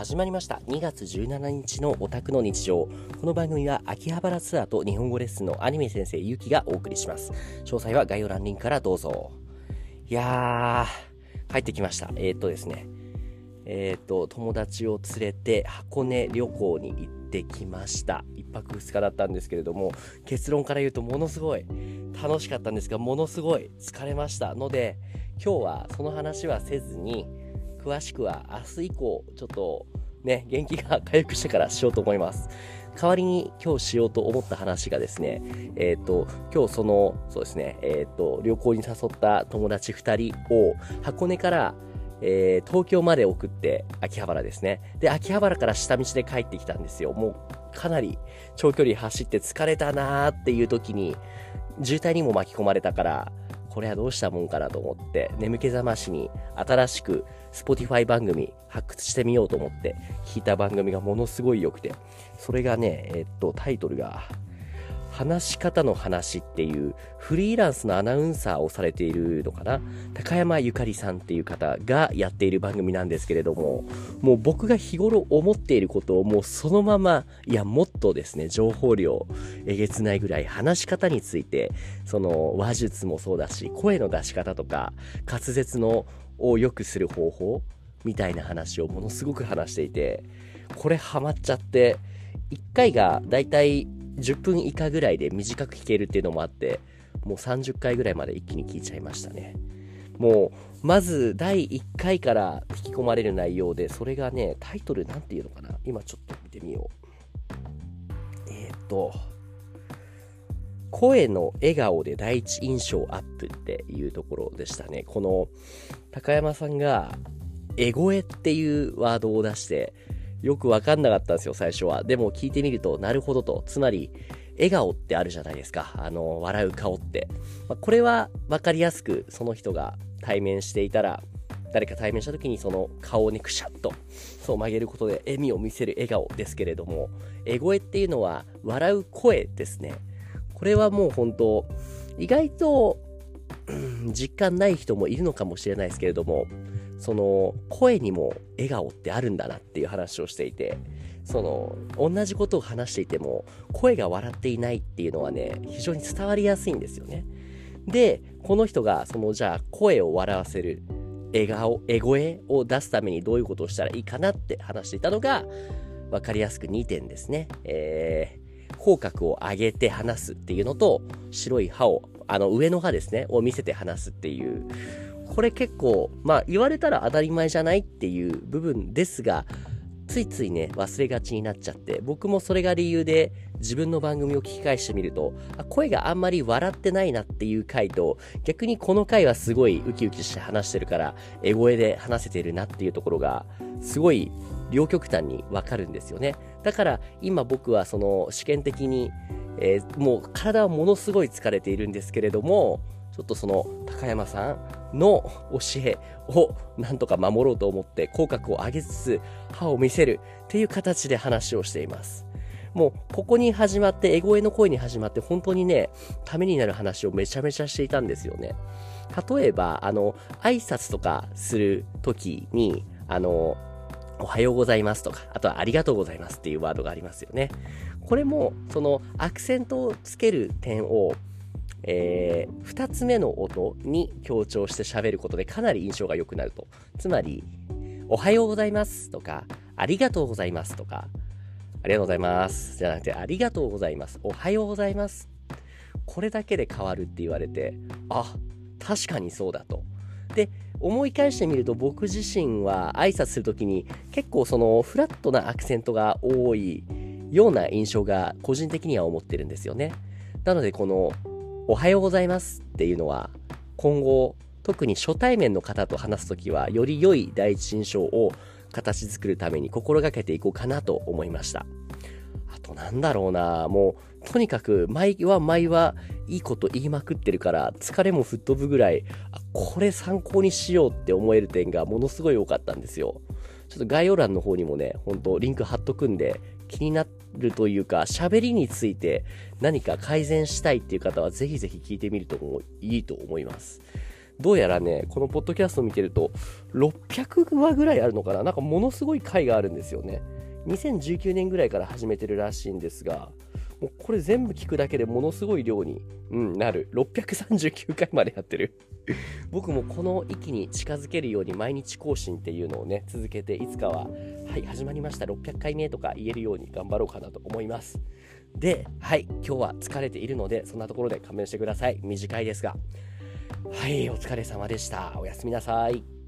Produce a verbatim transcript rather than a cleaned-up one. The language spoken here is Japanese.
始まりました。にがつじゅうしちにちのオタクの日常。この番組は秋葉原ツアーと日本語レッスンのアニメ先生ゆきがお送りします。詳細は概要欄リンクからどうぞ。いやー帰ってきました。えー、っとですねえー、っと友達を連れて箱根旅行に行ってきました。いっぱくふつかだったんですけれども、結論から言うとものすごい楽しかったんですが、ものすごい疲れましたので、今日はその話はせずに、詳しくは明日以降ちょっとね元気が回復してからしようと思います。代わりに今日しようと思った話がですね、えっと今日そのそうですねえっと旅行に誘った友達ふたりを箱根から、えー、東京まで送って秋葉原ですね。で秋葉原から下道で帰ってきたんですよ。もうかなり長距離走って疲れたなーっていう時に渋滞にも巻き込まれたから、これはどうしたもんかなと思って眠気覚ましに新しく Spotify 番組発掘してみようと思って聞いた番組がものすごい良くて、それがねえっとタイトルが話し方の話っていうフリーランスのアナウンサーをされているのかな、高山ゆかりさんっていう方がやっている番組なんですけれども、もう僕が日頃思っていることをもうそのまま、いやもっとですね情報量えげつないぐらい話し方について、その話術もそうだし声の出し方とか滑舌のを良くする方法みたいな話をものすごく話していて、これハマっちゃって、いっかいがだいたいじゅっぷん以下ぐらいで短く聞けるっていうのもあって、もうさんじゅっかいぐらいまで一気に聞いちゃいましたね。もうまずだいいっかいから引き込まれる内容で、それがねタイトルなんていうのかな、今ちょっと見てみよう。えー、っと声の笑顔で第一印象アップっていうところでしたね。この高山さんがエゴエっていうワードを出してよく分かんなかったんですよ最初は。でも聞いてみるとなるほどと。つまり笑顔ってあるじゃないですか、あの笑う顔って、まあ、これは分かりやすくその人が対面していたら、誰か対面した時にその顔をねくしゃっとそう曲げることで笑みを見せる笑顔ですけれども、エゴエっていうのは笑う声ですね。これはもう本当意外と、うん、実感ない人もいるのかもしれないですけれども、その声にも笑顔ってあるんだなっていう話をしていて、その同じことを話していても声が笑っていないっていうのはね非常に伝わりやすいんですよね。でこの人がそのじゃあ声を笑わせる笑顔エゴエを出すためにどういうことをしたらいいかなって話していたのが分かりやすくにてんですね。えー、口角を上げて話すっていうのと、白い歯をあの上の歯ですねを見せて話すっていう、これ結構まあ言われたら当たり前じゃないっていう部分ですが、ついついね忘れがちになっちゃって、僕もそれが理由で自分の番組を聞き返してみると、あ声があんまり笑ってないなっていう回と、逆にこの回はすごいウキウキして話してるからエゴエで話せてるなっていうところがすごい両極端に分かるんですよね。だから今僕はその試験的に、えー、もう体はものすごい疲れているんですけれども、ちょっとその高山さんの教えをなんとか守ろうと思って口角を上げつつ歯を見せるっていう形で話をしています。もうここに始まって、エゴエの声に始まって本当にねためになる話をめちゃめちゃしていたんですよね。例えばあの挨拶とかする時にあのおはようございますとか、あとはありがとうございますっていうワードがありますよね。これもそのアクセントをつける点をえー、ふたつめの音に強調して喋ることでかなり印象が良くなると。つまりおはようございますとかありがとうございますとか、ありがとうございますじゃなくてありがとうございます、おはようございます、これだけで変わるって言われて、あ確かにそうだと。で思い返してみると、僕自身は挨拶するときに結構そのフラットなアクセントが多いような印象が個人的には思ってるんですよね。なのでこのおはようございますっていうのは今後特に初対面の方と話すときはより良い第一印象を形作るために心がけていこうかなと思いました。あとなんだろうな、もうとにかく毎は毎はいいこと言いまくってるから疲れも吹っ飛ぶぐらい、あこれ参考にしようって思える点がものすごい多かったんですよ。ちょっと概要欄の方にもね本当リンク貼っとくんで、気になるというか喋りについて何か改善したいっていう方はぜひぜひ聞いてみるともいいと思います。 どうやらね、このポッドキャストを見てるとろっぴゃくわぐらいあるのかな。なんかものすごい回があるんですよね。にせんじゅうきゅうねんぐらいから始めてるらしいんですが、もうこれ全部聞くだけでものすごい量に、うん、なる。ろっぴゃくさんじゅうきゅうかいまでやってる。僕もこの域に近づけるように毎日更新っていうのをね、続けて、いつかは、はい、始まりました、ろっぴゃっかいめとか言えるように頑張ろうかなと思います。で、はい、今日は疲れているので、そんなところで勘弁してください。短いですが。はい、お疲れ様でした。おやすみなさい。